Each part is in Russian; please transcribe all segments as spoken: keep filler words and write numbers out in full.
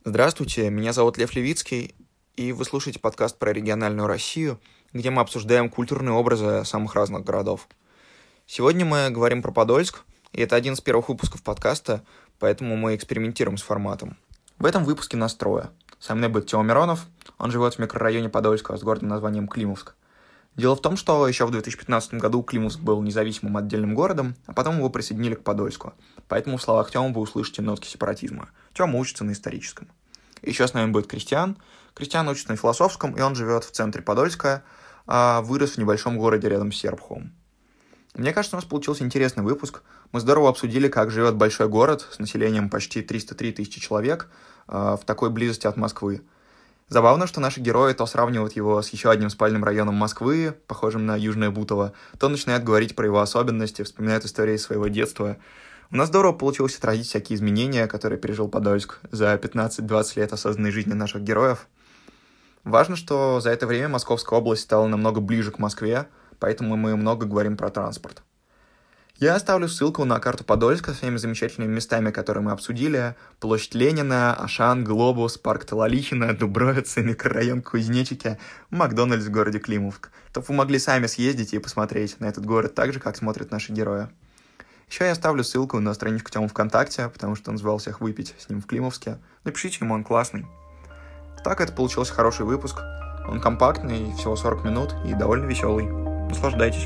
Здравствуйте, меня зовут Лев Левицкий, и вы слушаете подкаст про региональную Россию, где мы обсуждаем культурные образы самых разных городов. Сегодня мы говорим про Подольск, и это один из первых выпусков подкаста, поэтому мы экспериментируем с форматом. В этом выпуске нас трое. Со мной будет Тёма Миронов, он живет в микрорайоне Подольска с городом названием Климовск. Дело в том, что еще в две тысячи пятнадцатом году Климовск был независимым отдельным городом, а потом его присоединили к Подольску. Поэтому в словах Тёмы вы услышите нотки сепаратизма. Тёма учится на историческом. Еще с нами будет Кристиан. Кристиан учится на философском, и он живет в центре Подольска, а вырос в небольшом городе рядом с Серпуховым. Мне кажется, у нас получился интересный выпуск. Мы здорово обсудили, как живет большой город с населением почти триста три тысячи человек в такой близости от Москвы. Забавно, что наши герои то сравнивают его с еще одним спальным районом Москвы, похожим на Южное Бутово, то начинают говорить про его особенности, вспоминают истории своего детства. У нас здорово получилось отразить всякие изменения, которые пережил Подольск за пятнадцать-двадцать лет осознанной жизни наших героев. Важно, что за это время Московская область стала намного ближе к Москве, поэтому мы много говорим про транспорт. Я оставлю ссылку на карту Подольска со всеми замечательными местами, которые мы обсудили. Площадь Ленина, Ашан, Глобус, парк Талалихина, Дубровицы, микрорайон Кузнечики, Макдональдс в городе Климовск. Чтобы вы могли сами съездить и посмотреть на этот город так же, как смотрят наши герои. Еще я оставлю ссылку на страничку Тёмы ВКонтакте, потому что он звал всех выпить с ним в Климовске. Напишите ему, он классный. Так это получился хороший выпуск. Он компактный, всего сорок минут и довольно веселый. Наслаждайтесь.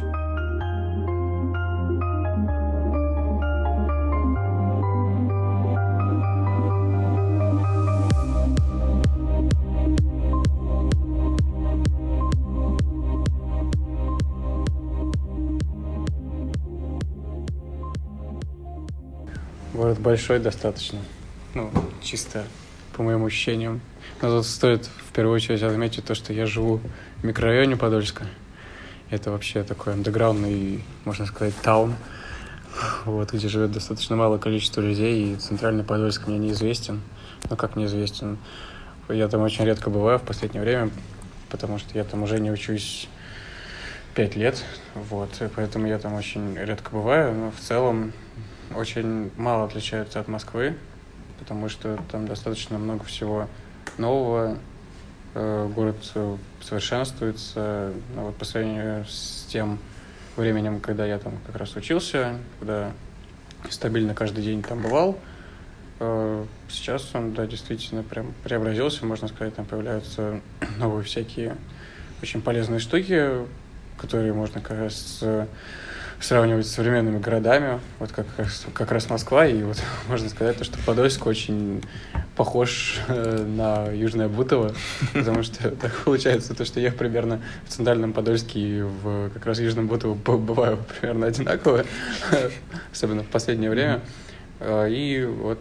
Город большой достаточно, ну, чисто по моим ощущениям. Но тут стоит в первую очередь отметить то, что я живу в микрорайоне Подольска. Это вообще такой андеграундный, можно сказать, таун, вот, где живет достаточно малое количество людей, и центральный Подольск мне неизвестен. Ну, как неизвестен? Я там очень редко бываю в последнее время, потому что я там уже не учусь пять лет, вот, и поэтому я там очень редко бываю, но в целом очень мало отличается от Москвы, потому что там достаточно много всего нового. Город совершенствуется. Но вот по сравнению с тем временем, когда я там как раз учился, когда стабильно каждый день там бывал, сейчас он, да, действительно прям преобразился, можно сказать, там появляются новые всякие очень полезные штуки, которые можно как раз сравнивать с современными городами, вот как, как раз Москва, и вот можно сказать, что Подольск очень похож на Южное Бутово, потому что так получается, то, что я примерно в центральном Подольске и в как раз Южном Бутово бываю примерно одинаково, особенно в последнее время. И вот,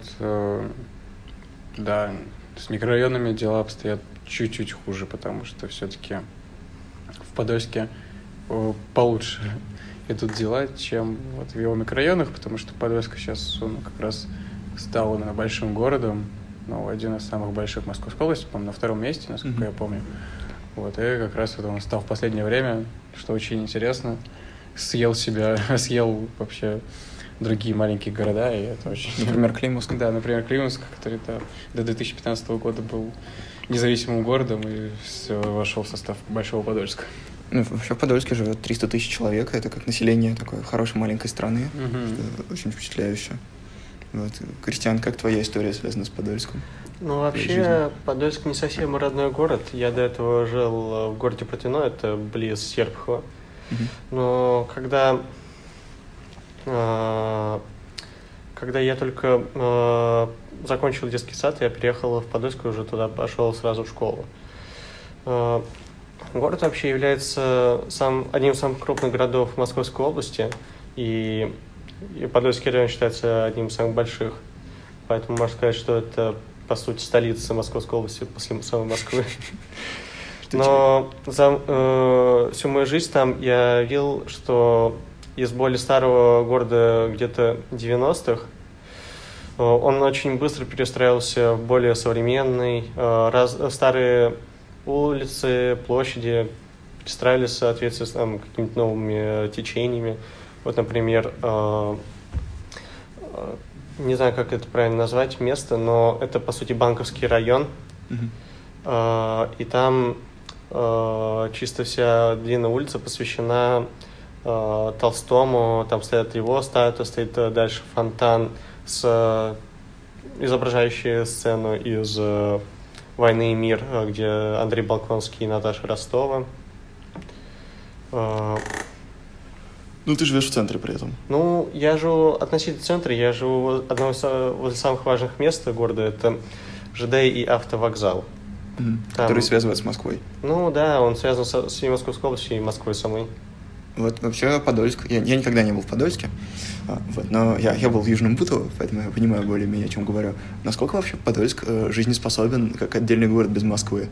да, с микрорайонами дела обстоят чуть-чуть хуже, потому что все-таки в Подольске получше идут дела, чем вот в его микрорайонах, потому что Подольск сейчас он как раз стал именно большим городом, ну, один из самых больших в Московской области, по-моему, на втором месте, насколько mm-hmm. я помню. Вот, и как раз вот он стал в последнее время, что очень интересно, съел себя, съел вообще другие маленькие города, и это очень... Например, Климовск. Да, например, Климовск, который да, до две тысячи пятнадцатого года был независимым городом и все, вошел в состав Большого Подольска. Ну, вообще в Подольске живет триста тысяч человек, это как население такой хорошей маленькой страны, mm-hmm. очень впечатляюще. Вот. Кристиан, как твоя история связана с Подольском? Ну, вообще, Подольск не совсем родной город. Я до этого жил в городе Протвино, это близ Серпухова. Mm-hmm. Но когда, э, когда я только э, закончил детский сад, я переехал в Подольск и уже туда пошел сразу в школу. Э, Город вообще является сам, одним из самых крупных городов Московской области, и, и Подольский район считается одним из самых больших. Поэтому можно сказать, что это, по сути, столица Московской области после самой Москвы. Но за э, всю мою жизнь там я видел, что из более старого города где-то девяностых он очень быстро перестраивался в более современный, э, раз, старые улицы, площади перестраивались в соответствии с там, какими-то новыми течениями. Вот, например, не знаю, как это правильно назвать, место, но это, по сути, банковский район. Uh-huh. И там uh, чисто вся длинная улица посвящена uh, Толстому. Там стоят его статуя, стоит дальше фонтан, с, изображающий сцену из uh, «Войны и мир», где Андрей Болконский и Наташа Ростова. Uh, Ну, ты живешь в центре при этом. Ну, я живу относительно центра, я живу одного из возле самых важных мест города, это ЖД и автовокзал. Mm-hmm. Там... Который связывает с Москвой. Ну, да, он связан с, с Московской областью и Москвой самой. Вот, вообще, Подольск, я, я никогда не был в Подольске, а, вот, но я, я был в Южном Бутово, поэтому я понимаю более-менее, о чем говорю. Насколько вообще Подольск э, жизнеспособен, как отдельный город без Москвы?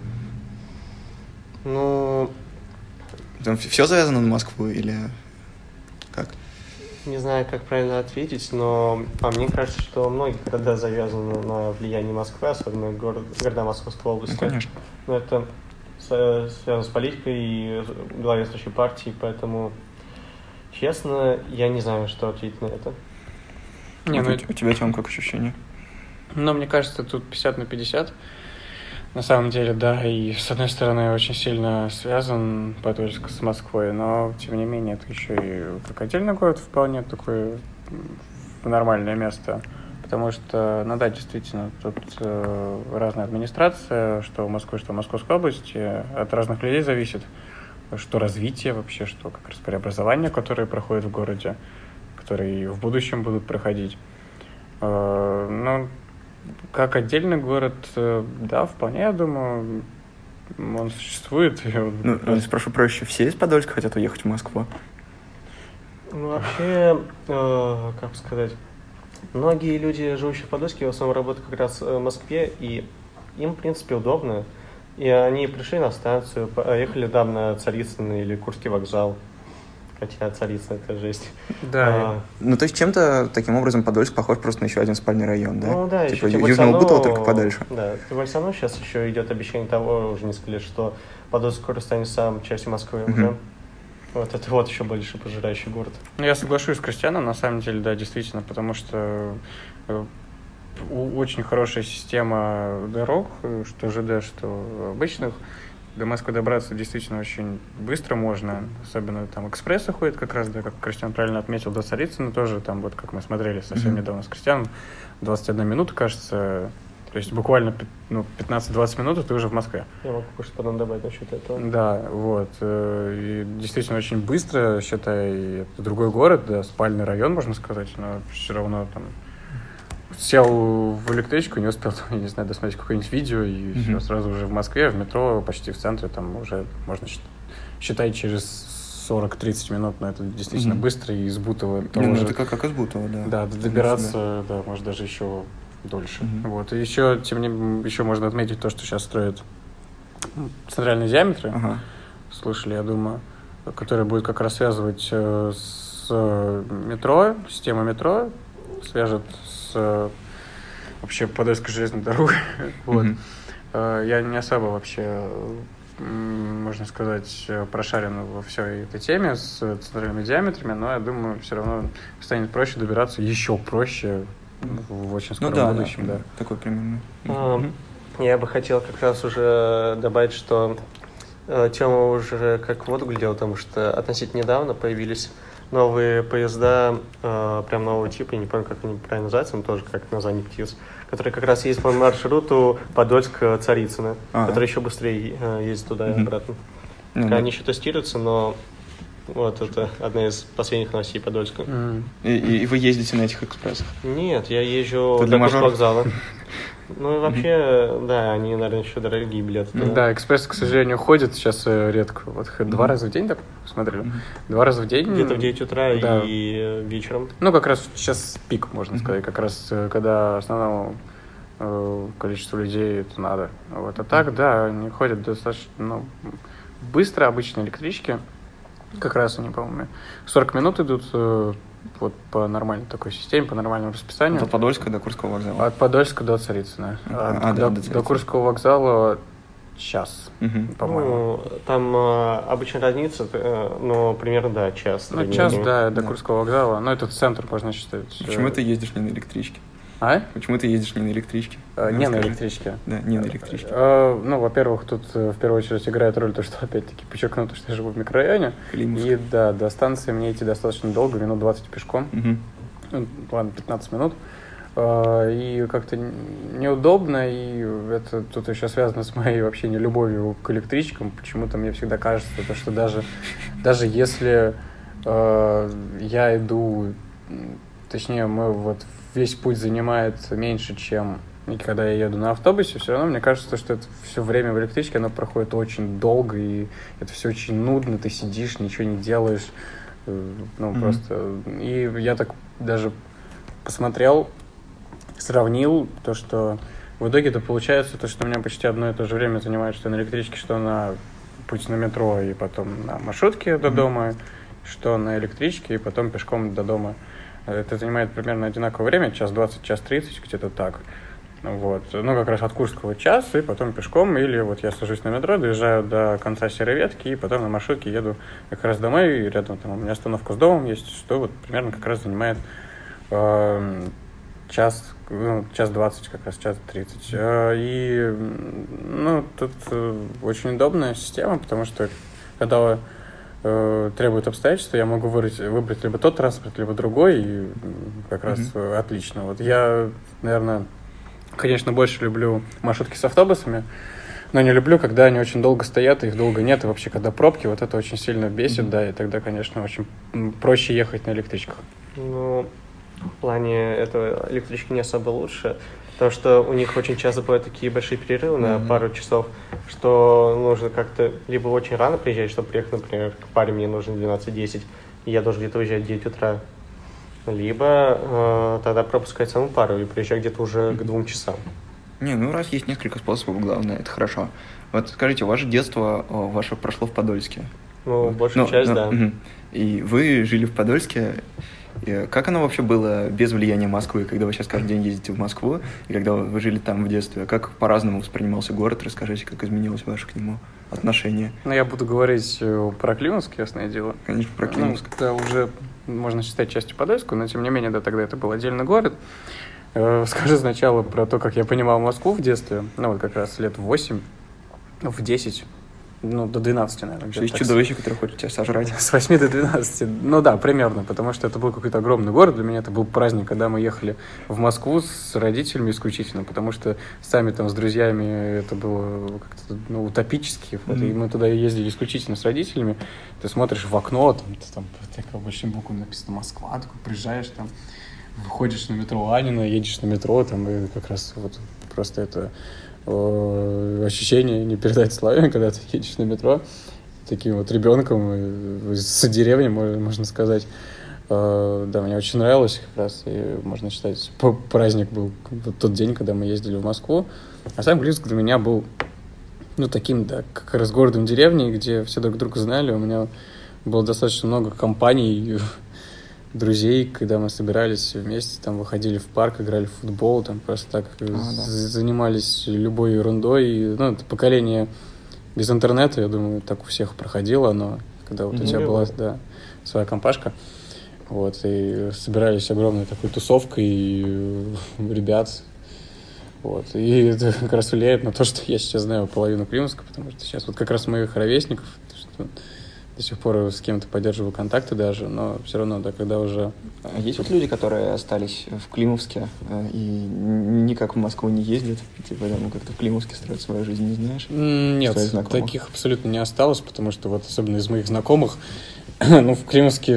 Ну... Там все завязано на Москву или... Как? Не знаю, как правильно ответить, но а мне кажется, что многие города завязаны на влияние Москвы, особенно город, города Московской области. Ну, конечно. Но это связано с политикой и главенствующей партией, поэтому, честно, я не знаю, что ответить на это. Не, ну, у тебя, Тём, как ощущение? Ну, мне кажется, тут пятьдесят на пятьдесят. На самом деле, да, и с одной стороны очень сильно связан Подольск с Москвой, но тем не менее это еще и как отдельный город вполне такое нормальное место, потому что, ну да, действительно, тут э, разная администрация, что в Москве, что в Московской области, от разных людей зависит, что развитие вообще, что как раз преобразования, которые проходят в городе, которые и в будущем будут проходить. Э, ну, как отдельный город, да, вполне, я думаю, он существует. Ну, я спрошу проще, все из Подольска хотят уехать в Москву? Ну, вообще, э, как сказать, многие люди, живущие в Подольске, в основном работают как раз в Москве, и им, в принципе, удобно. И они пришли на станцию, поехали там на Царицыно или Курский вокзал. Хотя Царицыно — это жесть. Да. А, ну, то есть чем-то таким образом Подольск похож просто на еще один спальный район, да? Ну да, типа еще Южного Бутова, только подальше. Да, тем более равно сейчас еще идет обещание того, уже несколько лет, что Подольск скоро станет самой частью Москвы mm-hmm. уже. Вот это вот еще больше пожирающий город. Ну, я соглашусь с Кристианом, на самом деле, да, действительно, потому что очень хорошая система дорог, что ЖД, что обычных. До Москвы добраться действительно очень быстро можно, особенно там экспрессы ходят как раз, да, как Кристиан правильно отметил, до Царицына тоже, там вот как мы смотрели совсем mm-hmm. недавно с Кристианом, двадцать одна минута, кажется, то есть буквально ну, пятнадцать-двадцать минут, и ты уже в Москве. Я могу кое-что потом добавить насчет этого. Да, вот, и действительно очень быстро, считай, это другой город, да, спальный район, можно сказать, но все равно там сел в электричку, не успел, я не знаю, досмотреть какое-нибудь видео, и mm-hmm. все, сразу уже в Москве, в метро, почти в центре, там уже можно считать через сорок-тридцать минут, но это действительно mm-hmm. быстро, и из Бутова... Не, ну это как, как из Бутова, да. Да, добираться, да, может, даже еще дольше. Mm-hmm. Вот, и еще, тем не менее, еще можно отметить то, что сейчас строят центральные диаметры, uh-huh. слышали, я думаю, которые будут как раз связывать э, с метро, система метро, свяжет с вообще Подольской железной дорогой. Вот. Mm-hmm. Я не особо вообще, можно сказать, прошарен во всей этой теме с центральными диаметрами, но я думаю, все равно станет проще добираться, еще проще в очень скором ну, да, будущем. Да, да. Такой примерно. Mm-hmm. Я бы хотел как раз уже добавить, что тема уже как в воду глядела, потому что относительно недавно появились новые поезда, э, прям нового типа, я не помню, как они правильно называются, но тоже как название птиц, которые как раз ездят по маршруту Подольск-Царицыно, ага. который еще быстрее э, ездит туда и обратно. Mm-hmm. Они еще тестируются, но вот это одна из последних новостей Подольска. Mm-hmm. И, и, и вы ездите на этих экспрессах? Нет, я езжу до Курского вокзала. Ну и вообще, mm-hmm. да, они, наверное, еще дорогие билеты. Да, да экспресс, к сожалению, ходит сейчас редко. Вот mm-hmm. два раза в день, так смотрели? Mm-hmm. Два раза в день. Где-то в девять утра да. и вечером. Ну, как раз сейчас пик, можно mm-hmm. сказать, как раз когда основному э, количеству людей это надо. Вот. А так, mm-hmm. да, они ходят достаточно ну, быстро, обычные электрички. Как раз они, по-моему, сорок минут идут э, вот по нормальной такой системе, по нормальному расписанию. От Подольска до Курского вокзала? От Подольска до Царицына. А, а, до, до, до Курского вокзала час, угу. по-моему. Ну, там э, обычно разница, э, но примерно, да, час. Ну, час, да, до да. Курского вокзала. Но это центр, можно считать. Почему ты ездишь не на электричке? А? Почему ты ездишь не на электричке? А, Ну, не скажи. на электричке. Да, не на электричке. А, ну, во-первых, тут э, в первую очередь играет роль то, что, опять-таки, подчеркну, то, что я живу в микрорайоне. Климовск. И, да, до станции мне идти достаточно долго, минут двадцать пешком. Угу. Ну, ладно, пятнадцать минут. А, и как-то неудобно, и это тут еще связано с моей вообще нелюбовью к электричкам. Почему-то мне всегда кажется, то, что даже, даже если э, я иду, точнее, мы вот весь путь занимает меньше, чем когда я еду на автобусе, все равно мне кажется, что это все время в электричке, оно проходит очень долго, и это все очень нудно, ты сидишь, ничего не делаешь, ну, mm-hmm. просто... И я так даже посмотрел, сравнил то, что в итоге это получается, то, что у меня почти одно и то же время занимает, что на электричке, что на путь на метро, и потом на маршрутке до mm-hmm. дома, что на электричке, и потом пешком до дома. Это занимает примерно одинаковое время, час двадцать, час тридцать, где-то так. Вот. Ну, как раз от Курского час, и потом пешком, или вот я сажусь на метро, доезжаю до конца Серой Ветки, и потом на маршрутке еду как раз домой, и рядом там у меня остановка с домом есть, что вот примерно как раз занимает э, час, ну, час двадцать, как раз час тридцать. Э, и, ну, тут э, очень удобная система, потому что когда э, требует обстоятельства, я могу выбрать, выбрать либо тот транспорт, либо другой, и как раз mm-hmm. отлично. Вот я, наверное... Конечно, больше люблю маршрутки с автобусами, но не люблю, когда они очень долго стоят, их долго нет, и вообще, когда пробки, вот это очень сильно бесит, mm-hmm. да, и тогда, конечно, очень проще ехать на электричках. Ну, в плане этого электрички не особо лучше, потому что у них очень часто бывают такие большие перерывы mm-hmm. на пару часов, что нужно как-то либо очень рано приезжать, чтобы приехать, например, к паре мне нужно двенадцать десять, и я должен где-то уезжать в девять утра. Либо э, тогда пропускать саму пару и приезжать где-то уже к двум часам. Не, ну раз есть несколько способов, главное, это хорошо. Вот скажите, ваше детство ваше прошло в Подольске? Ну, большую ну, часть, ну, да. Угу. И вы жили в Подольске. И как оно вообще было без влияния Москвы, когда вы сейчас каждый день ездите в Москву, и когда вы жили там в детстве? Как по-разному воспринимался город? Расскажите, как изменилось ваше к нему отношение? Ну, я буду говорить про Климовск, ясное дело. Конечно, про Климовск. Ну, это уже можно считать частью Подольска, но тем не менее, да, тогда это был отдельный город. Скажу сначала про то, как я понимал Москву в детстве. Ну, вот как раз лет в восемь, в десять, ну, до двенадцати, наверное. Что есть чудовище, которое хочет тебя сожрать. С восьми до двенадцати. Ну да, примерно, потому что это был какой-то огромный город. Для меня это был праздник, когда мы ехали в Москву с родителями исключительно, потому что сами там с друзьями это было как-то, ну, утопически. Mm-hmm. И мы туда ездили исключительно с родителями. Ты смотришь в окно, там, ты, там такой большим буквами написано «Москва», такой приезжаешь там, выходишь на метро Анина, едешь на метро, там, и как раз вот просто это... ощущение не передать словами, когда ты едешь на метро таким вот ребенком с деревни, можно сказать. Да, мне очень нравилось как раз, и можно считать, праздник был вот тот день, когда мы ездили в Москву. А сам Климовск для меня был, ну, таким, да, как раз городом деревни, где все друг друга знали. У меня было достаточно много компаний, друзей, когда мы собирались вместе, там выходили в парк, играли в футбол, там просто так а, да. занимались любой ерундой. И, ну, это поколение без интернета, я думаю, так у всех проходило оно, когда вот mm-hmm. у тебя была, да, своя компашка. Вот, и собирались огромной такой тусовкой ребят. Вот, и это как раз влияет на то, что я сейчас знаю половину Климовска, потому что сейчас вот как раз моих ровесников, что до сих пор с кем-то поддерживаю контакты даже, но все равно, да, когда уже... А есть вот люди, которые остались в Климовске и никак в Москву не ездят, типа, ну, как-то в Климовске строят свою жизнь, не знаешь? Нет, таких абсолютно не осталось, потому что вот особенно из моих знакомых, ну, в Климовске...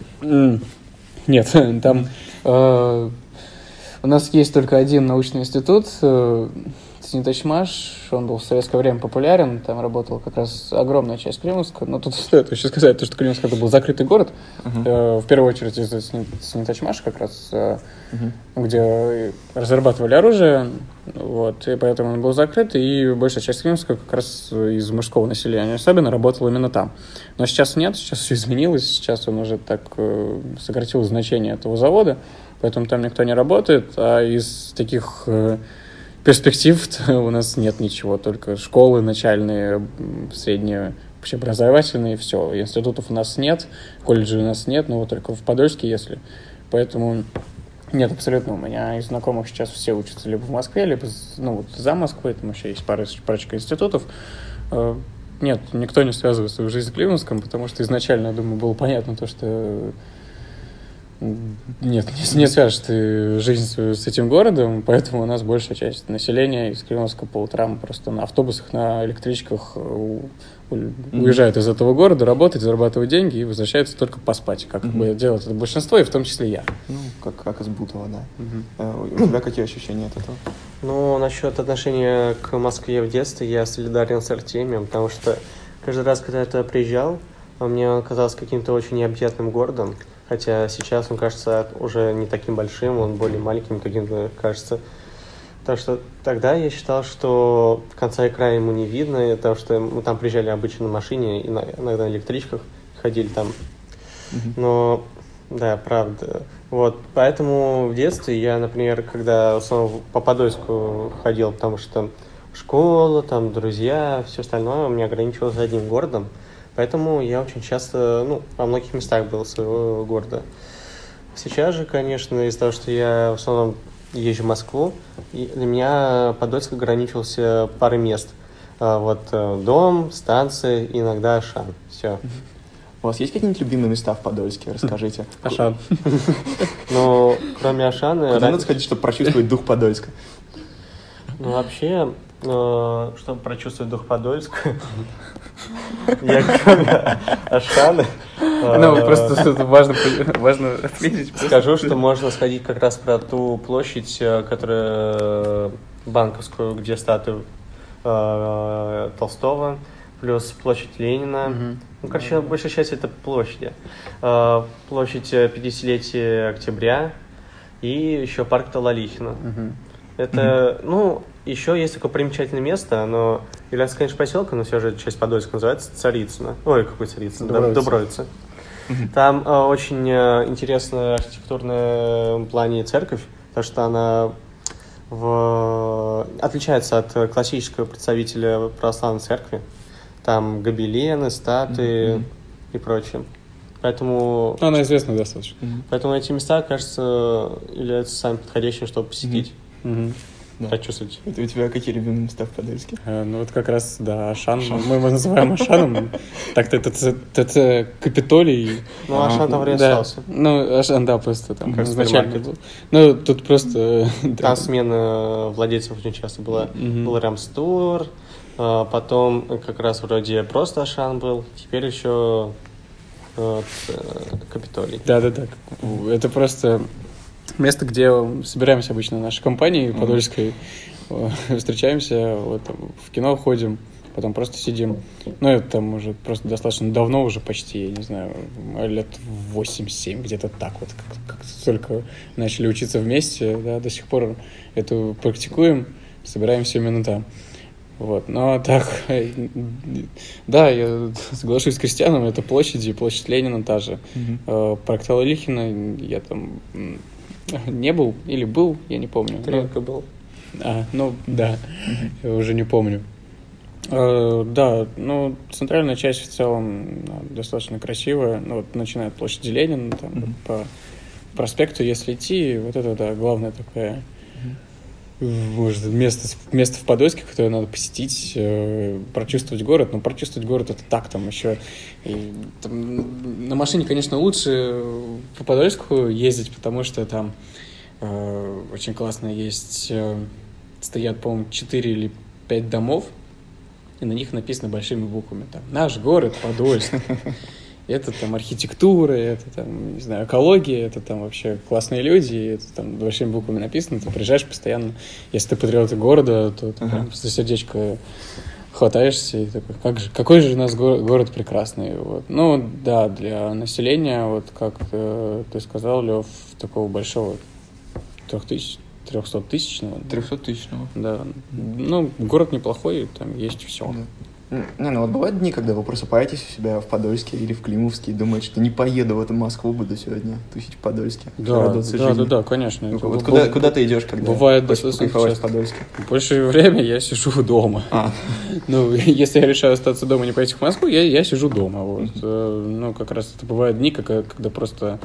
Нет, там... Э, у нас есть только один научный институт, э, Снитачмаш, он был в советское время популярен, там работала как раз огромная часть Климовска, но тут стоит еще сказать, то, что Климовск это был закрытый город, uh-huh. э, в первую очередь из-за Снитачмаш как раз, э, uh-huh. где разрабатывали оружие, вот, и поэтому он был закрыт, и большая часть Климовска как раз из мужского населения особенно работала именно там. Но сейчас нет, сейчас все изменилось, сейчас он уже так э, сократил значение этого завода, поэтому там никто не работает, а из таких... Э, перспектив у нас нет ничего, только школы начальные, средние, общеобразовательные, все. Институтов у нас нет, колледжей у нас нет, но вот только в Подольске, если. Поэтому Нет, абсолютно. У меня из знакомых сейчас все учатся либо в Москве, либо ну, вот за Москвой, там еще есть пара, парочка институтов. Нет, никто не связывает свою жизнь с Климовском, потому что изначально, я думаю, было понятно то, что нет, не, не свяжешь ты жизнь свою с этим городом, поэтому у нас большая часть населения из Климовска по утрам просто на автобусах, на электричках у, у, mm-hmm. уезжают из этого города, работать, зарабатывать деньги и возвращаются только поспать, как mm-hmm. бы делает это большинство, и в том числе я. Ну, как, как из Бутова, да. Mm-hmm. А, у тебя какие ощущения от этого? Ну, насчет отношения к Москве в детстве я солидарен с Артемием, потому что каждый раз, когда я туда приезжал, мне он казался каким-то очень необъятным городом. Хотя сейчас он кажется уже не таким большим, он более маленьким каким-то кажется. Так что тогда я считал, что конца и края ему не видно, потому что мы там приезжали обычно на машине, иногда на электричках, ходили там. Mm-hmm. Но, да, правда. Вот, поэтому в детстве я, например, когда в основном по Подольску ходил, потому что школа, там, друзья, все остальное, у меня ограничивалось одним городом. Поэтому я очень часто, ну, во многих местах был своего города. Сейчас же, конечно, из-за того, что я в основном езжу в Москву, и для меня Подольск ограничился парой мест. Вот дом, станция, иногда Ашан. Все. У вас есть какие-нибудь любимые места в Подольске? Расскажите. Ашан. Ну, кроме Ашана... Куда надо сходить, чтобы прочувствовать дух Подольска? Ну, вообще, чтобы прочувствовать дух Подольска... Я кроме Ашана... Ну, просто важно, важно отметить. Скажу, что можно сходить как раз про ту площадь, которая банковскую, где статуя Толстого, плюс площадь Ленина. Ну, короче, большая часть это площади. Площадь пятидесятилетия Октября и еще парк Талалихина. Это, ну, еще есть такое примечательное место, оно является, конечно, поселком, но все же часть Подольска, называется Царицыно. Ой, какой Царицыно? Дубровица. Дубровица. Там э, очень э, интересная архитектурная плане церковь, потому что она в... отличается от классического представителя православной церкви. Там гобелены, статуи mm-hmm. и прочее. Поэтому... Она известна достаточно. Mm-hmm. Поэтому эти места, кажется, являются самыми подходящими, чтобы посетить. Mm-hmm. Да. Почувствовать. Это у тебя какие любимые места в Подольске? А, ну вот как раз, да, Ашан. Ашан. Мы его называем Ашаном. Так-то это Капитолий. Ну, Ашан там время остался. Ну, Ашан, да, просто там изначально был. Ну, тут просто... Там смена владельцев очень часто была. Был Рамстор, потом как раз вроде просто Ашан был, теперь еще Капитолий. Да-да-да. Это просто... Место, где собираемся обычно нашей компанией подольской, mm-hmm. встречаемся, вот, в кино ходим, потом просто сидим. Ну, это там уже просто достаточно давно уже почти, я не знаю, лет восемь-семь, где-то так вот, как, как только начали учиться вместе, да, до сих пор это практикуем, собираемся именно там. Вот, но так, да, я соглашусь с Кристианом, это площади, площадь Ленина та же. Mm-hmm. Парк Талалихина, я там... Не был или был, я не помню. Редко был. А, ну да, mm-hmm. я уже не помню. А, да, ну центральная часть в целом ну, достаточно красивая. Ну вот начиная от площади Ленина, там mm-hmm. по проспекту, если идти, вот это да, главная такая, mm-hmm. может, место, место в Подольске, которое надо посетить, э, прочувствовать город. Но прочувствовать город это так, там еще и, там, на машине, конечно, лучше по Подольску ездить, потому что там э, очень классно есть, э, стоят, по-моему, четыре или пять домов, и на них написано большими буквами там «Наш город Подольск». Это там архитектура, это там, не знаю, экология, это там вообще классные люди, это там большими буквами написано, ты приезжаешь постоянно. Если ты патриот города, то ты uh-huh. за сердечко хватаешься и такой, как же, какой же у нас го- город прекрасный. Вот. Ну да, для населения, вот как э, ты сказал, Лев, такого большого трехтысяч, трехсоттысячного. Трехсоттысячного. Да. Ну, город неплохой, там есть все. Да. Не, ну вот бывают дни, когда вы просыпаетесь у себя в Подольске или в Климовске и думаете, что не поеду в эту Москву, буду сегодня тусить в Подольске. Да, да, да, да, да, конечно. Ну, вот куда, б... куда ты идешь, когда бывает достаточно часто в Подольске? Большее время я сижу дома. А. Ну, если я решаю остаться дома и не пойти в Москву, я, я сижу дома. Вот. Mm-hmm. Ну, как раз это бывают дни, когда, когда просто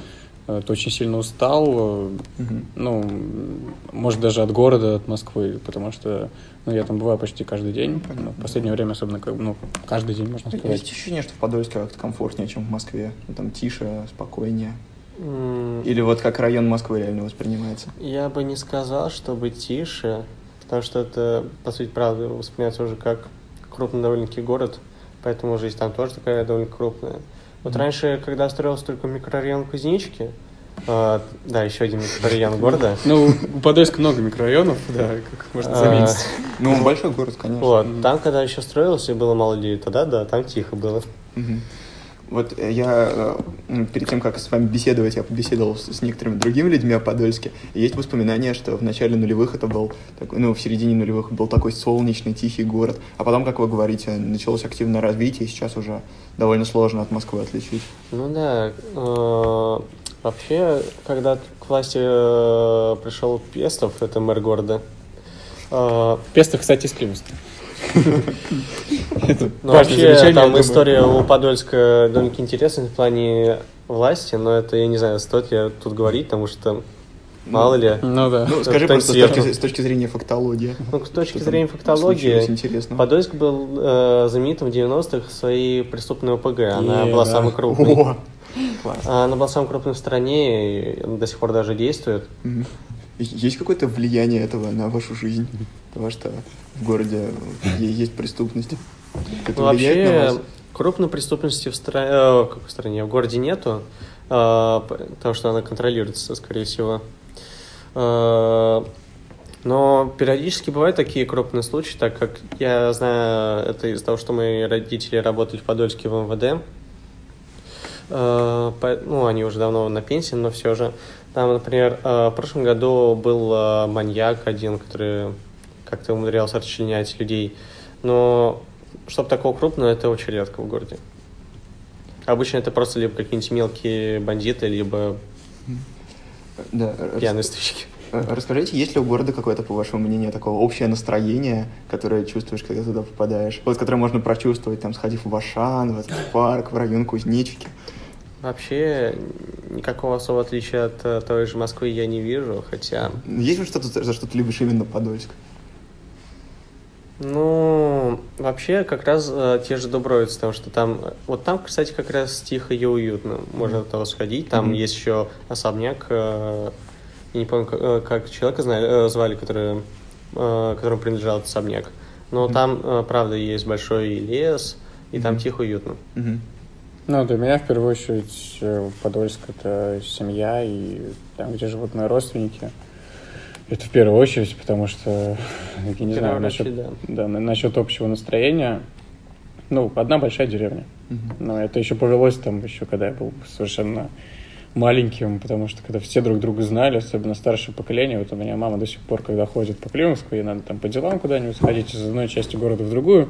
ты очень сильно устал, Угу. ну, может, даже от города, от Москвы, потому что, ну, я там бываю почти каждый день, понятно. ну, в последнее время особенно, как бы, ну, каждый день, можно сказать. Есть ощущение, что в Подольске как-то комфортнее, чем в Москве? Ну, там тише, спокойнее? М, Или вот как район Москвы реально воспринимается? Я бы не сказал, чтобы тише, потому что это, по сути, правда, воспринимается уже как крупный довольно-таки город, поэтому жизнь там тоже такая довольно крупная. Вот Мгм. раньше, когда строился только микрорайон Кузнечики, а, да, еще один микрорайон города, Ну, у Подольска много микрорайонов, да, как можно А, заметить. Ну, он большой город, конечно. вот, там, когда еще строился и было мало людей, тогда, да, там тихо было. Мгм. Вот э, я э, перед тем, как с вами беседовать, я побеседовал с, с некоторыми другими людьми о Подольске. И есть воспоминания, что в начале нулевых это был, такой, ну, в середине нулевых был такой солнечный, тихий город. А потом, как вы говорите, началось активное развитие, и сейчас уже довольно сложно от Москвы отличить. Ну да, э, вообще, когда к власти э, пришел Пестов, это мэр города, э, Пестов, кстати, из Климовска. Это ну, важное вообще, замечание, я там думаю. история у Подольска довольно-таки интересная в плане власти, но это, я не знаю, стоит ли тут говорить, потому что, мало ли. Ну да. Ну, скажи кто-нибудь просто с точки, сверху. с точки зрения фактологии. Ну, с точки Что зрения там фактологии, случилось интересного? Подольск был э, знаменитым в девяностых своей преступной ОПГ. Она Е, была да. самой крупной. О! Класс. Она была самой крупной в стране и до сих пор даже действует. Мгм. Есть какое-то влияние этого на вашу жизнь? Того, что в городе е- есть преступность? Это Ну, влияет на вообще, вас? крупной преступности в, стра... э, как в стране, в городе нету, э, потому что она контролируется, скорее всего. Э, Но периодически бывают такие крупные случаи, так как я знаю это из-за того, что мои родители работали в Подольске в эм вэ дэ. Э, по- Ну, они уже давно на пенсии, но все же. Там, например, э, в прошлом году был э, маньяк один, который как-то умудрялся расчленять людей. Но чтобы такого крупного, это очень редко в городе. Обычно это просто либо какие-нибудь мелкие бандиты, либо Да, рас- пьяные стычки. э, расскажите, есть ли у города какое-то, по вашему мнению, такое общее настроение, которое чувствуешь, когда туда попадаешь? Вот, которое можно прочувствовать, там, сходив в Ашан, в этот парк, в район Кузнечики. Вообще, никакого особого отличия от э, той же Москвы я не вижу, хотя... Есть ли что-то, за что ты любишь именно Подольск? Ну, вообще, как раз э, те же Дубровицы, потому что там... Вот там, кстати, как раз тихо и уютно. Можно туда сходить. Там Мгм. есть еще особняк. э, Я не помню, как, э, как человека знали- э, звали, который, э, которому принадлежал этот особняк. Но Мгм. там, э, правда, есть большой лес, и там Мгм. тихо и уютно. Мгм. Ну, для меня, в первую очередь, э, Подольск — это семья, и там, где живут мои родственники. Это в первую очередь, потому что, я не В знаю, первую насчет, очередь, да, на- насчет общего настроения. Ну, одна большая деревня. Мгм. Но это еще повелось там еще, когда я был совершенно маленьким, потому что когда все друг друга знали, особенно старшее поколение, вот у меня мама до сих пор, когда ходит по Климовску, ей надо там по делам куда-нибудь сходить из одной части города в другую.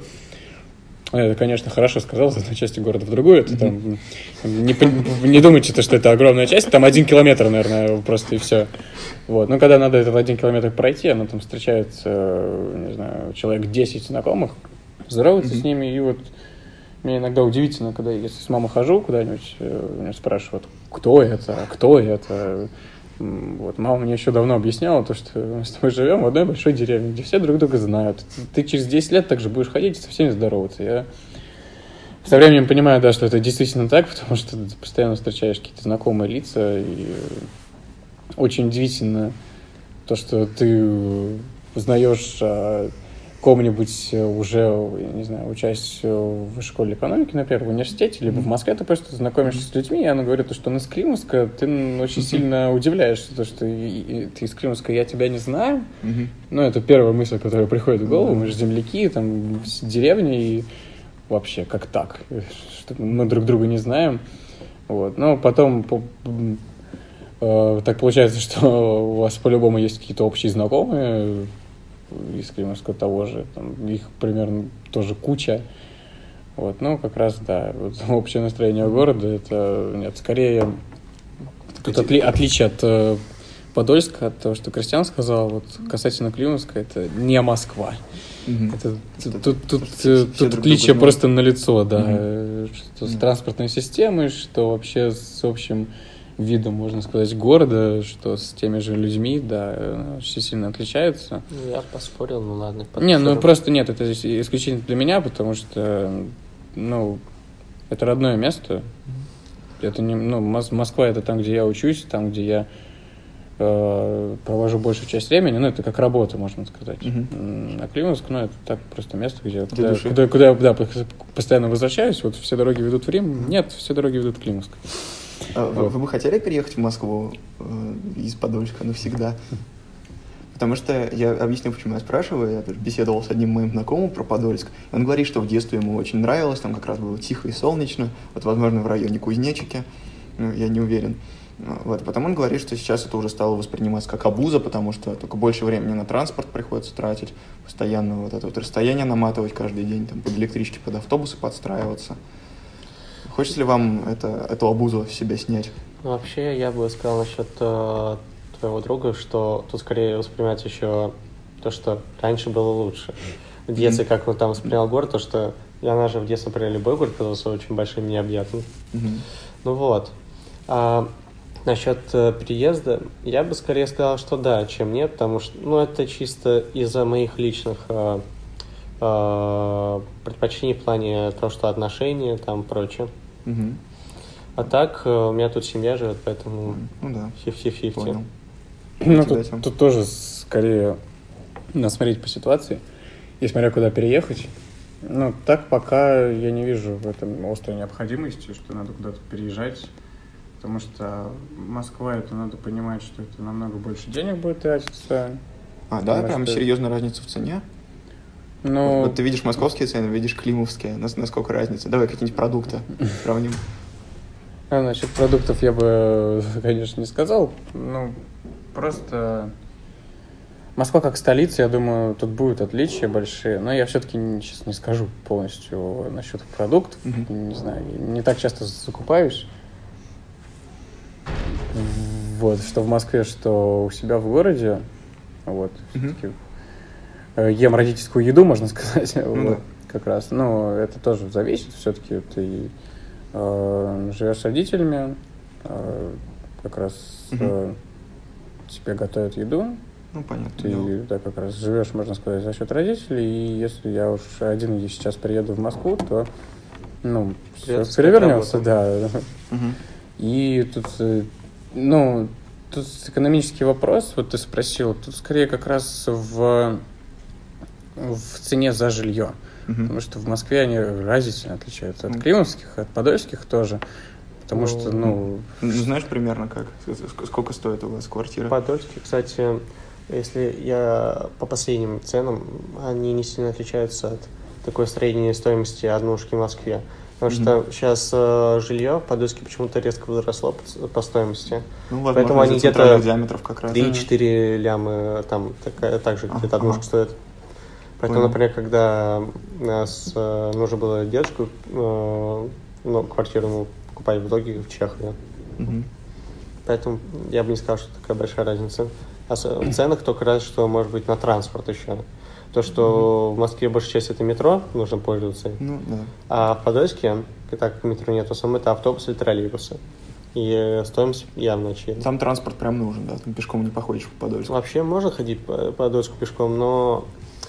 Это, конечно, хорошо сказал, из одной части города в другую. Это там, не, пон- не думайте, то, что это огромная часть, там один километр, наверное, просто и все. Вот. Ну, когда надо этот один километр пройти, она там встречается, э, не знаю, человек десять знакомых, здоровается Мгм. с ними, и вот мне иногда удивительно, когда я если с мамой хожу куда-нибудь, э, меня спрашивают, кто это, кто это. М, Вот. Мама мне еще давно объясняла, то, что мы с тобой живем в одной большой деревне, где все друг друга знают. Ты через десять лет также будешь ходить и со всеми здороваться. Я со временем понимаю, да, что это действительно так, потому что ты постоянно встречаешь какие-то знакомые лица, и очень удивительно то, что ты узнаешь о ком-нибудь уже, я не знаю, учась в школе экономики, например, в университете, либо в Москве, ты просто знакомишься с людьми, и она говорит, что он из Климовска, ты очень сильно удивляешься, то, что и- и ты из Климовска, я тебя не знаю. Мгм. Ну, это первая мысль, которая приходит в голову, мы же земляки, там, с деревни, и вообще, как так? Что мы друг друга не знаем. Вот. Но потом по- м, э, так получается, что у вас по-любому есть какие-то общие знакомые из Климовска того же, там, их примерно тоже куча. Вот. Ну, как раз, да, вот, общее настроение города, это, нет, скорее, тут отли- отличие от э, Подольска, от того, что Кристиан сказал, вот, касательно Климовска, это не Москва. Мгм. Это, Это тут тут, тут, все- э, все тут друг друга отличие знают. просто налицо, да, Мгм. э, что с Мгм. транспортной системой, что вообще с общим видом, можно сказать, города, что с теми же людьми, да, очень сильно отличается. Ну, я поспорил, ну ладно. Не, ну просто нет, это здесь исключительно для меня, потому что, ну, это родное место. Это не, ну, Москва — это там, где я учусь, там, где я э, провожу большую часть времени, ну, это как работа, можно сказать. Uh-huh. А Климовск, ну, это так просто место, где куда, куда, куда я да, постоянно возвращаюсь. Вот все дороги ведут в Рим, нет, все дороги ведут в Климовск. А вот. Вы бы хотели переехать в Москву э, из Подольска навсегда? Потому что я объясню, почему я спрашиваю. Я беседовал с одним моим знакомым про Подольск. Он говорит, что в детстве ему очень нравилось, там как раз было тихо и солнечно. Вот, возможно, в районе Кузнечики, ну, я не уверен. Вот. Потом он говорит, что сейчас это уже стало восприниматься как обуза, потому что только больше времени на транспорт приходится тратить, постоянно вот это вот расстояние наматывать каждый день, там, под электрички, под автобусы подстраиваться. Хочется ли вам это, эту обузу с себя снять? Ну, вообще, я бы сказал насчет э, твоего друга, что тут скорее воспринимать еще то, что раньше было лучше. В детстве, mm-hmm. как он там воспринял город, то, что для нас же в детстве, например, любой город казался очень большим и необъятным. Mm-hmm. Ну вот. А насчет э, переезда, я бы скорее сказал, что да, чем нет, потому что, ну, это чисто из-за моих личных э, э, предпочтений в плане того, что отношения, там, прочее. Mm-hmm. А так, э, у меня тут семья живет, поэтому ну, да. фифти-фифти. Понял. Ну, тут, тут тоже скорее надо смотреть по ситуации и смотря куда переехать. Ну, так пока я не вижу в этом острой необходимости, что надо куда-то переезжать, потому что Москва, это надо понимать, что это намного больше денег будет тратиться. А, да? Прям что... серьезная разница в цене? Ну... Вот, вот ты видишь московские цены, видишь климовские. Насколько разница? Давай какие-нибудь продукты сравним. А, насчет продуктов я бы, конечно, не сказал. Ну, просто Москва как столица, я думаю, тут будут отличия большие, но я все-таки сейчас не скажу полностью насчет продуктов. Mm-hmm. Не знаю, не так часто закупаюсь. Вот, что в Москве, что у себя в городе. Вот, mm-hmm. все-таки ем родительскую еду, можно сказать. Mm-hmm. Вот, как раз. Но это тоже зависит. Все-таки ты э, живешь с родителями, э, как раз mm-hmm. э, тебе готовят еду. Ну, понятно. Ты да, как раз живешь, можно сказать, за счет родителей. И если я уж один сейчас приеду в Москву, то ну, все перевернется, да. Угу. И тут, ну, тут экономический вопрос, вот ты спросил, тут скорее как раз в, в цене за жилье. Угу. Потому что в Москве они разительно отличаются от климовских, от подольских тоже. Потому ну, что, ну... Ну, знаешь примерно как? Сколько стоит у вас квартира? В Подольске, кстати, если я по последним ценам, они не сильно отличаются от такой средней стоимости однушки в Москве. Потому mm-hmm. что сейчас э, жилье в Подольске почему-то резко возросло по, по стоимости. Ну, возможно, поэтому они где-то диаметров как раз. три-четыре лямы там так, так же где-то однушка ага. стоит. Поэтому, Понял. Например, когда нас э, нужно было девочку, э, ну, квартиру ну, покупать в итоге в Чехове. Mm-hmm. Поэтому я бы не сказал, что такая большая разница. А в ценах только раз, что может быть на транспорт еще. То, что mm-hmm. в Москве большая часть это метро, нужно пользоваться. Ну, да. А в Подольске, так как метро нет, в основном это автобусы и троллейбусы. И стоимость явно очевидна. Там транспорт прям нужен, да? Там пешком не походишь в Подольск. Вообще можно ходить по Подольску пешком, но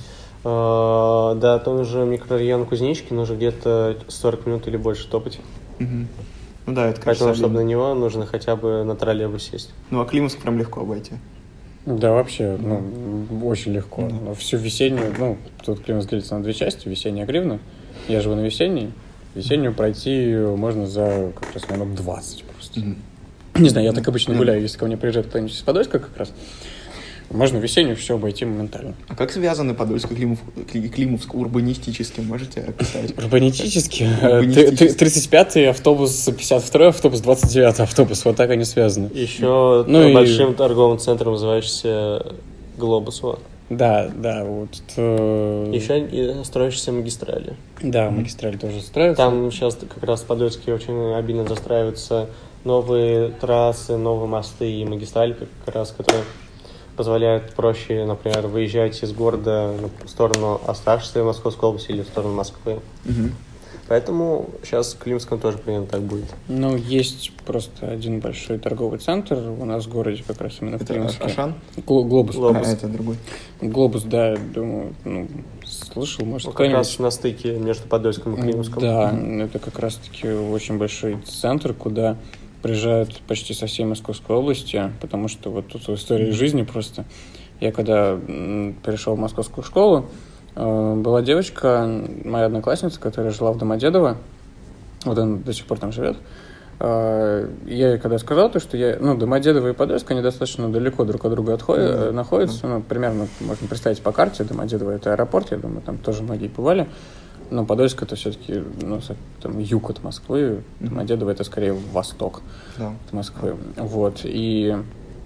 э, да, том же микрорайон Кузнечики нужно где-то сорок минут или больше топать. Mm-hmm. Ну да, это, конечно, поэтому, чтобы на него нужно хотя бы на троллейбус сесть. Ну, а Климовск прям легко обойти. Да, вообще, ну, очень легко. Mm-hmm. Всю весеннюю, ну, тут Климовск делится на две части, весенняя и Гривна. Я живу на весенней. Весеннюю пройти можно за как раз минут двадцать просто. Mm-hmm. Не знаю, я так обычно mm-hmm. гуляю, если ко мне приезжает кто-нибудь из Подольска как раз. Можно весеннюю все обойти моментально. А как связаны Подольск и Климов, Климовск урбанистически? Можете описать? Урбанистически? тридцать пятый автобус, пятьдесят второй автобус, двадцать девятый автобус. Вот так они связаны. Еще ну большим и... торговым центром называющийся Глобус. Вот. Да, да. Вот. Еще и строящиеся магистрали. Да, магистрали тоже строятся. Там сейчас как раз в Подольске очень обильно застраиваются новые трассы, новые мосты и магистрали, как раз, которые позволяют проще, например, выезжать из города в сторону оставшейся Московской области или в сторону Москвы. Угу. Поэтому сейчас в Климском тоже примерно так будет. Ну, есть просто один большой торговый центр у нас в городе, как раз именно в Это Климске. Ашан? Гл- Глобус. Глобус. А, это другой. Глобус, да, думаю, ну, слышал, может, Ну, как кто-нибудь. раз на стыке между Подольском и Климском. Да, это как раз-таки очень большой центр, куда приезжают почти со всей Московской области, потому что вот тут история жизни просто. Я когда м, перешел в московскую школу, э, была девочка, моя одноклассница, которая жила в Домодедово, вот она до сих пор там живет. Э, я ей когда сказал, то, что я, ну, Домодедово и Подольск, они достаточно далеко друг от друга отходят, Mm-hmm. находятся, ну, примерно, можно представить по карте, Домодедово — это аэропорт, я думаю, там тоже многие бывали. Но Подольск — это все-таки, ну, там, юг от Москвы, Домодедово — это скорее восток Да. от Москвы. Вот, и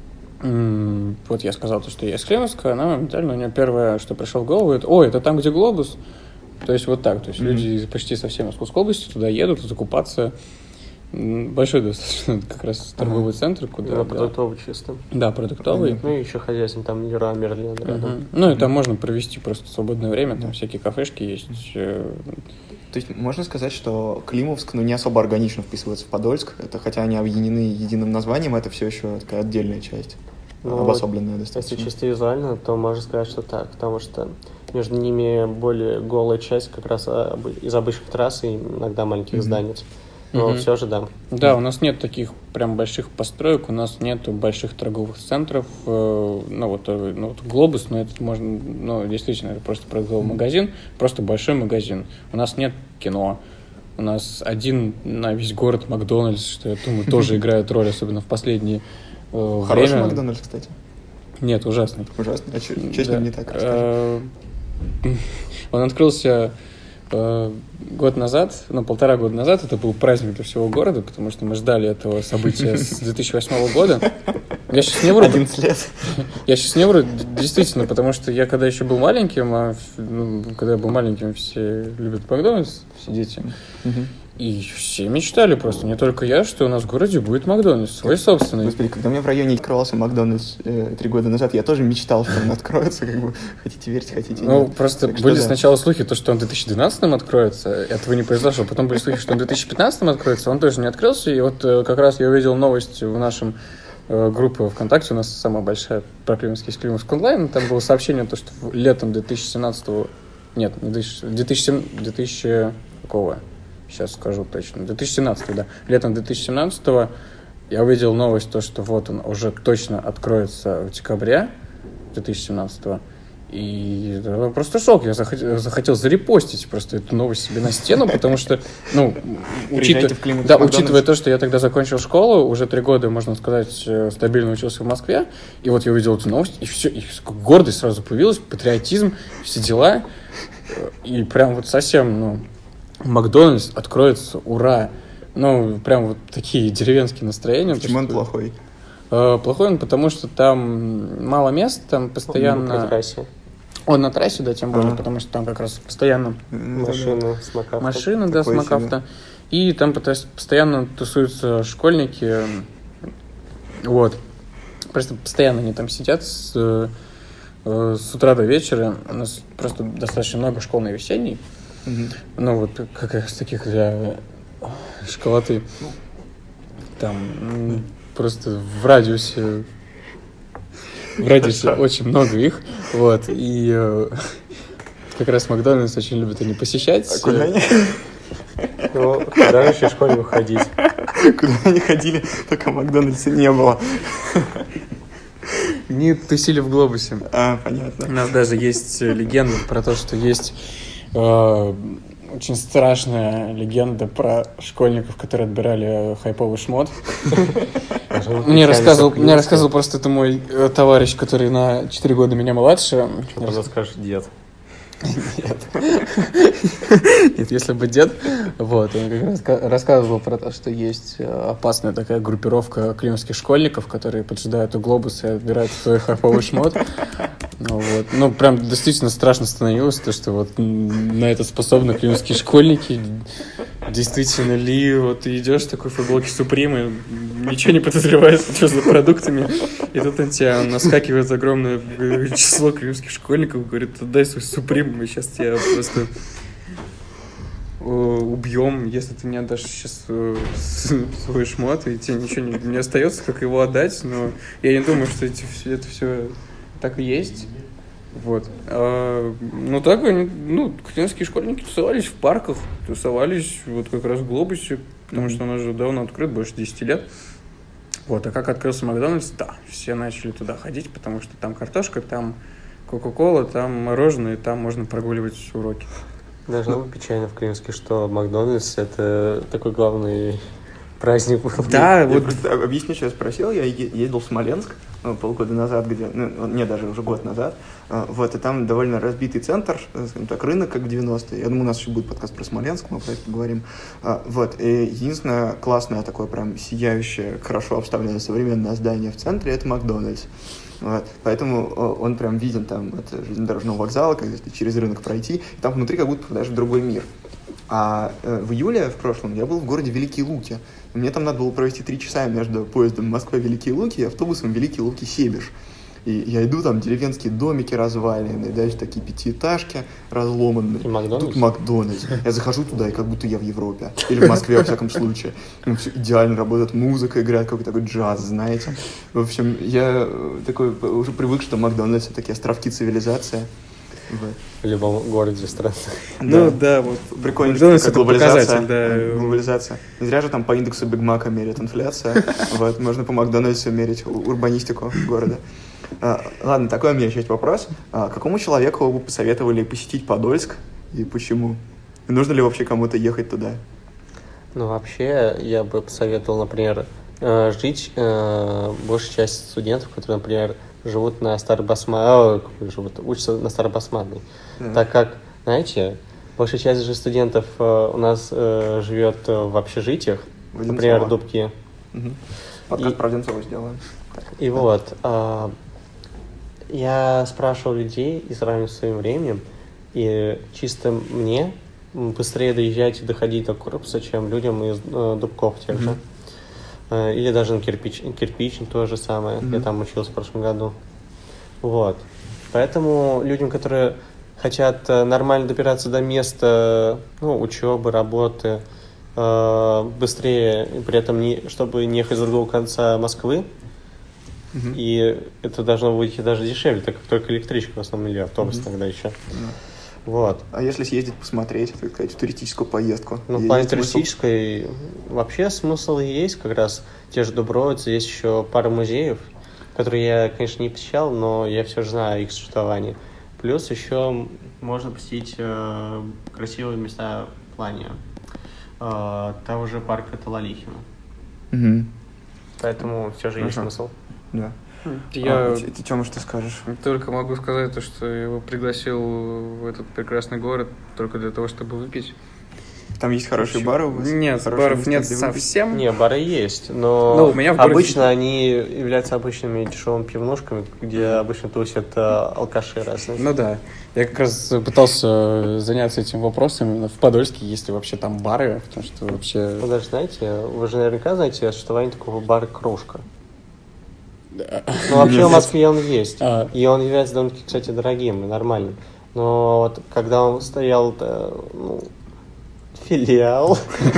м- вот я сказал, то, что я из Климовска, она моментально, у нее первое, что пришло в голову, это: ой, это там, где Глобус? То есть вот так, то есть mm-hmm. люди почти со всей Московской области туда едут закупаться. М, Большой достаточно как раз торговый центр, куда... Да, Да, продуктовый чисто. да, продуктовый. Ну и еще хозяйственный, там Леруа Мерлен рядом. Мгм. Ну и там можно провести просто свободное время, там всякие кафешки есть. э, То есть можно сказать, что Климовск, ну, не особо органично вписывается в Подольск, это, хотя они объединены единым названием, это все еще такая отдельная часть, Ну, обособленная Если достаточно. чисто визуально, то можно сказать, что так, потому что между ними более голая часть как раз об- из обычных трасс и иногда маленьких Мгм. зданий. Но Мгм. все же, да. Да, у нас нет таких прям больших построек, у нас нету больших торговых центров. э, Ну вот, э, ну, вот Глобус, но это можно, ну, действительно, это просто продуктовый магазин, просто большой магазин. У нас нет кино. У нас один на весь город Макдональдс, что, я думаю, тоже играет роль, особенно в последнее э, Хороший время. Макдональдс, кстати. Нет, ужасный. Ужасно. А что с Да. ним не так? Расскажи. Э, Он открылся э, год назад, ну, полтора года назад. Это был праздник для всего города, потому что мы ждали этого события с две тысячи восьмого года. Я сейчас не вру. одиннадцать лет. Я сейчас не вру, д- действительно, потому что я когда еще был маленьким, а ф- ну, когда я был маленьким, все любят Макдональдс, все дети. Мгм. И все мечтали просто, не только я, что у нас в городе будет Макдональдс, свой собственный. Господи, когда у меня в районе открывался Макдональдс э, три года назад, я тоже мечтал, что он откроется, как бы, хотите верьте, хотите Ну, нет. просто Так что были да. сначала слухи, то, что он в две тысячи двенадцатом откроется, этого не произошло. Потом были слухи, что он в две тысячи пятнадцатом откроется, он тоже не открылся. И вот э, как раз я увидел новость в нашем э, группе ВКонтакте, у нас самая большая про Климовск есть Климовск онлайн, там было сообщение, то, что в- летом две тысячи семнадцатого, нет, не две тысячи, две тысячи семь- две тысячи какого? Сейчас скажу точно. две тысячи семнадцатого, да. Летом две тысячи семнадцатого я увидел новость, то, что вот он уже точно откроется в декабре две тысячи семнадцатого. И это просто шок. Я захотел, захотел зарепостить просто эту новость себе на стену, потому что, ну, Приезжайте учитывая, в Климовск да, Макдональдс. учитывая то, что я тогда закончил школу, уже три года, можно сказать, э, стабильно учился в Москве, и вот я увидел эту новость, и все, и сколько гордость сразу появилась, патриотизм, все дела, Э, и прям вот совсем, ну, Макдональдс откроется, ура! Ну, прям вот такие деревенские настроения. Почему он То, что- плохой? Э, Плохой он, потому что там мало мест, там По постоянно... трассе. Он на трассе, да, тем более, Ага. потому что там как раз постоянно Машины с макафом. машины, да, с Такое макафта. И там пото- постоянно тусуются школьники. Вот. Просто постоянно они там сидят с, э, э, с утра до вечера. У нас просто достаточно много школ на весенней. Мгм. Ну, вот как раз таких для школоты. Там м, просто в радиусе в радиусе очень много их. Вот. И э, как раз Макдональдс очень любят они посещать. А куда они, Ну, куда еще в школе выходить? куда они ходили, только Макдональдса не было. Не тусили в глобусе. А, понятно. У нас даже есть э, легенда про то, что есть э, очень страшная легенда про школьников, которые отбирали э, хайповый шмот. Мне рассказывал, мне рассказывал просто это мой э, товарищ, который на четыре года меня младше. Что тогда скажешь, дед? Нет, если бы дед, вот, он как раз ка- рассказывал про то, что есть э, опасная такая группировка климовских школьников, которые поджидают у глобуса и отбирают свой хайповый шмот. Ну, вот. Ну, прям действительно страшно становилось, то, что вот м, на это способны климовские школьники. Действительно ли, вот ты идешь в такой футболке Супримы, ничего не подозреваешь, что за продуктами, и тут на тебя наскакивает огромное э, число климовских школьников, говорит: отдай свой Суприм, и сейчас я просто... убьем, если ты не отдашь сейчас свой шмот, и тебе ничего не, не остается, как его отдать, но я не думаю, что эти, это все так и есть. Вот. А, ну так, они, ну, клинские школьники тусовались в парках, тусовались вот как раз в Глобусе, потому что он уже давно открыт, больше десяти лет. Вот, а как открылся Макдональдс, да, все начали туда ходить, потому что там картошка, там Кока-кола, там мороженое, там можно прогуливать уроки. Должно быть печально в Климске, что Макдональдс — это такой главный праздник был. Да, я вот объясню, что я спросил. Я ездил в Смоленск ну, полгода назад, где, ну, не, даже уже год назад. Вот, и там довольно разбитый центр, скажем так, рынок, как в девяностые. Я думаю, у нас еще будет подкаст про Смоленск, мы про это поговорим. Вот, и единственное классное такое прям сияющее, хорошо обставленное современное здание в центре — это Макдональдс. Вот. Поэтому он прям виден там от железнодорожного вокзала, когда ты через рынок пройти, и там внутри как будто попадаешь в другой мир. А э, в июле в прошлом я был в городе Великие Луки. Мне там надо было провести три часа между поездом Москва-Великие Луки и автобусом Великие Луки-Себеж. И я иду, там деревенские домики разваленные, дальше такие пятиэтажки разломанные. И Макдональдс? Тут Макдональдс. Я захожу туда, и как будто я в Европе. Или в Москве, во всяком случае. Ну, все идеально работает, музыка играет, какой-то такой джаз, знаете. В общем, я такой уже привык, что Макдональдс — это такие островки цивилизации. Вот. В любом городе страны. Ну да, вот. Прикольно, что такая глобализация. Да. Глобализация. Не зря же там по индексу Биг Мака меряет инфляция. Вот, можно по Макдональдсу мерить урбанистику города. А, ладно, такой у меня еще есть вопрос. А, какому человеку вы бы посоветовали посетить Подольск и почему? И нужно ли вообще кому-то ехать туда? Ну, вообще, я бы посоветовал, например, жить э, большая часть студентов, которые, например, живут на Старобасманной, живут, учатся на Старобасманной. Да. Так как, знаете, большая часть же студентов э, у нас э, живет в общежитиях, в например, Дубки. Угу. Подкаст и, про Одинцово сделаем. И да. вот, э, я спрашивал людей и сравнивал с своим временем, и чисто мне быстрее доезжать и доходить до корпуса, чем людям из э, Дубков тех mm-hmm. же. Э, или даже на кирпич, кирпич, то же самое. Mm-hmm. Я там учился в прошлом году. Вот. Поэтому людям, которые хотят нормально добираться до места, ну, учебы, работы, э, быстрее, и при этом не, чтобы не ехать с другого конца Москвы, Uh-huh. и это должно выйти даже дешевле, так как только электричка в основном или автобус uh-huh. тогда еще. Uh-huh. Вот. А если съездить посмотреть, так сказать, в туристическую поездку? Ну, по туристической смысл? Вообще смысл есть, как раз те же Дубровицы, есть еще пара музеев, которые я, конечно, не посещал, но я все же знаю их существование. Плюс еще можно посетить э, красивые места в плане э, того же парка Талалихина. Uh-huh. Поэтому все же uh-huh. есть смысл. Да. Я а, ты, ты что, может, ты скажешь? Только могу сказать то, что я его пригласил в этот прекрасный город только для того, чтобы выпить. Там есть хорошие бары у вас? Нет, баров нет совсем. Не, бары есть, но ну, у меня в обычно городе... они являются обычными дешевыми пивнушками, где обычно тусят а, алкаши разные. Ну да. Я как раз пытался заняться этим вопросом именно в Подольске, есть ли вообще там бары, потому что вообще... Вы даже знаете, вы же наверняка знаете о существовании такого бара «Кружка». Да. Ну, вообще в Москве он есть. А. И он является довольно-таки, кстати, дорогим и нормальным. Но вот когда он стоял, ну, филиал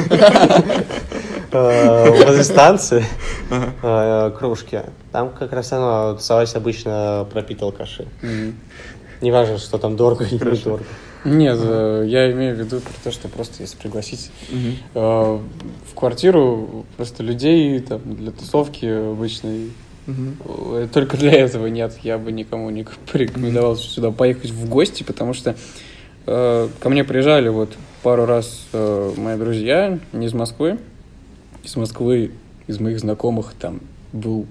возле станции «Кружки», там как раз оно тусовалось обычно пропитал алкаши. Неважно, что там дорого или не дорого. Нет, я имею в виду про то, что просто если пригласить в квартиру просто людей там для тусовки обычной, Uh-huh. только для этого нет, я бы никому не порекомендовал uh-huh. сюда поехать в гости, потому что э, ко мне приезжали вот пару раз э, мои друзья не из Москвы, из Москвы, из моих знакомых там был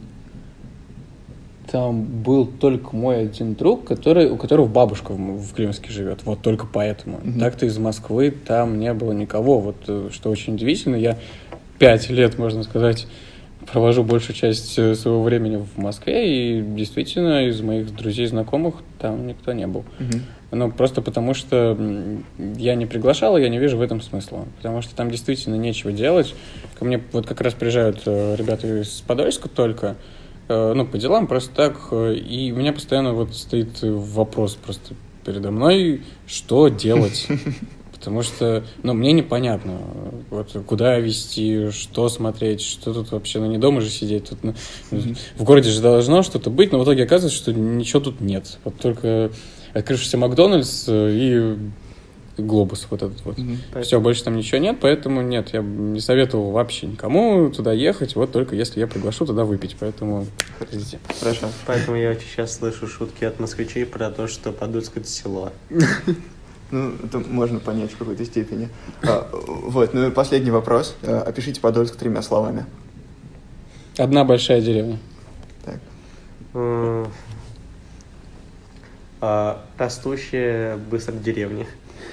там был только мой один друг, который, у которого бабушка в, в Климске живет, вот только поэтому. Uh-huh. Так-то из Москвы там не было никого, вот что очень удивительно, я пять лет, можно сказать, провожу большую часть своего времени в Москве, и действительно из моих друзей и знакомых там никто не был. Uh-huh. Ну, просто потому что я не приглашал, и я не вижу в этом смысла. Потому что там действительно нечего делать. Ко мне вот как раз приезжают ребята из Подольска только, ну, по делам, просто так. И у меня постоянно вот стоит вопрос просто передо мной, что делать. потому что, ну, мне непонятно, вот, куда везти, что смотреть, что тут вообще, ну, не дома же сидеть, тут, ну, mm-hmm. в городе же должно что-то быть, но в итоге оказывается, что ничего тут нет. Вот только открывшийся Макдональдс и Глобус вот этот вот. Mm-hmm. Все, больше там ничего нет, поэтому нет, я не советовал вообще никому туда ехать, вот только если я приглашу туда выпить, поэтому подождите. Хорошо. Поэтому я сейчас слышу шутки от москвичей про то, что Подольск — это село. Ну, это можно понять в какой-то степени. А, вот, ну и последний вопрос. Опишите Подольск тремя словами. Одна большая деревня. Так. А, растущая быстро деревня.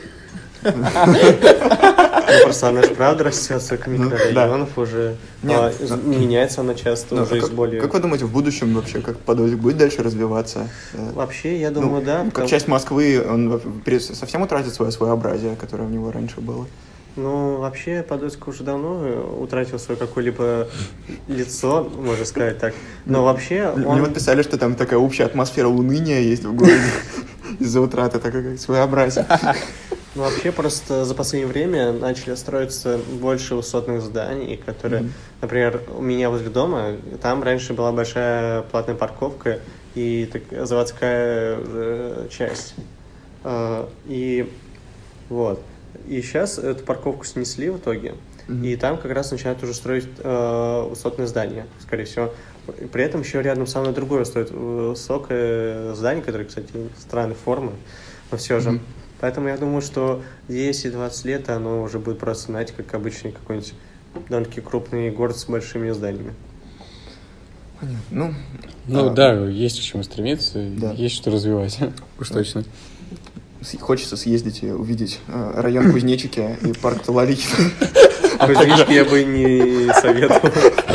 Просто она же правда растет с микрорайонов уже. Меняется она часто уже из более... Как вы думаете, в будущем вообще, как Подольск будет дальше развиваться? Вообще, я думаю, да. Как часть Москвы, он совсем утратит свое своеобразие, которое у него раньше было? Ну, вообще, Подольск уже давно утратил свое какое-либо лицо, можно сказать так. Но вообще он... Мне вот писали, что там такая общая атмосфера уныния есть в городе из-за утраты такое своеобразие. Ну, вообще, просто за последнее время начали строиться больше высотных зданий, которые, mm-hmm. например, у меня возле дома, там раньше была большая платная парковка и так, заводская э, часть. Э, и вот. И сейчас эту парковку снесли в итоге, mm-hmm. и там как раз начинают уже строить э, высотные здания, скорее всего. При этом еще рядом со мной другое стоит высокое здание, которое, кстати, странной формы, но все же. Mm-hmm. Поэтому я думаю, что десять-двадцать лет оно уже будет просто, знаете, как обычный какой-нибудь довольно-таки крупный город с большими зданиями. Понятно. Ну, ну а... да, есть к чему стремиться, да. Есть что развивать, уж да. точно. Хочется съездить и увидеть район Кузнечики и парк Талалихина. Кузнечики я бы не советовал.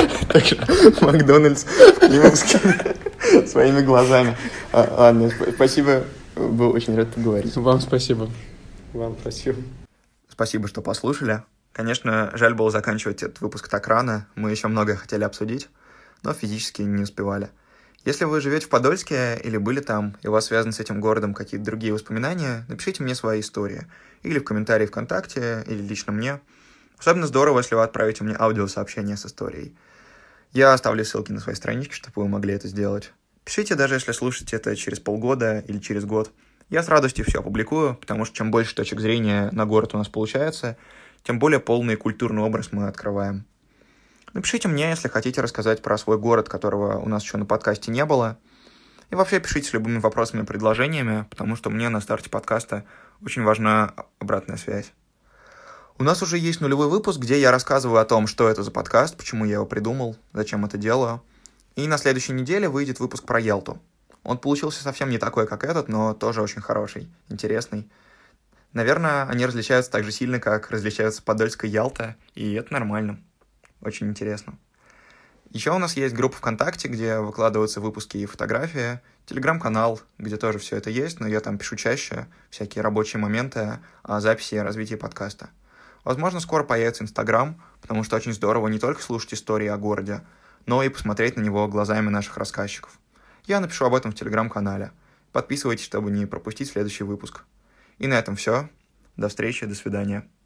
Макдональдс в Климовске своими глазами. Ладно, спасибо. Был очень рад поговорить. Вам спасибо. Вам спасибо. Спасибо, что послушали. Конечно, жаль было заканчивать этот выпуск так рано. Мы еще многое хотели обсудить, но физически не успевали. Если вы живете в Подольске или были там, и у вас связаны с этим городом какие-то другие воспоминания, напишите мне свои истории. Или в комментарии ВКонтакте, или лично мне. Особенно здорово, если вы отправите мне аудиосообщение с историей. Я оставлю ссылки на свои странички, чтобы вы могли это сделать. Пишите, даже если слушаете это через полгода или через год. Я с радостью все опубликую, потому что чем больше точек зрения на город у нас получается, тем более полный культурный образ мы открываем. Напишите мне, если хотите рассказать про свой город, которого у нас еще на подкасте не было. И вообще пишите с любыми вопросами и предложениями, потому что мне на старте подкаста очень важна обратная связь. У нас уже есть нулевой выпуск, где я рассказываю о том, что это за подкаст, почему я его придумал, зачем это делаю. И на следующей неделе выйдет выпуск про Ялту. Он получился совсем не такой, как этот, но тоже очень хороший, интересный. Наверное, они различаются так же сильно, как различаются Подольск и Ялта, и это нормально. Очень интересно. Еще у нас есть группа ВКонтакте, где выкладываются выпуски и фотографии, телеграм-канал, где тоже все это есть, но я там пишу чаще всякие рабочие моменты о записи и развитии подкаста. Возможно, скоро появится Инстаграм, потому что очень здорово не только слушать истории о городе, но и посмотреть на него глазами наших рассказчиков. Я напишу об этом в телеграм-канале. Подписывайтесь, чтобы не пропустить следующий выпуск. И на этом все. До встречи, до свидания.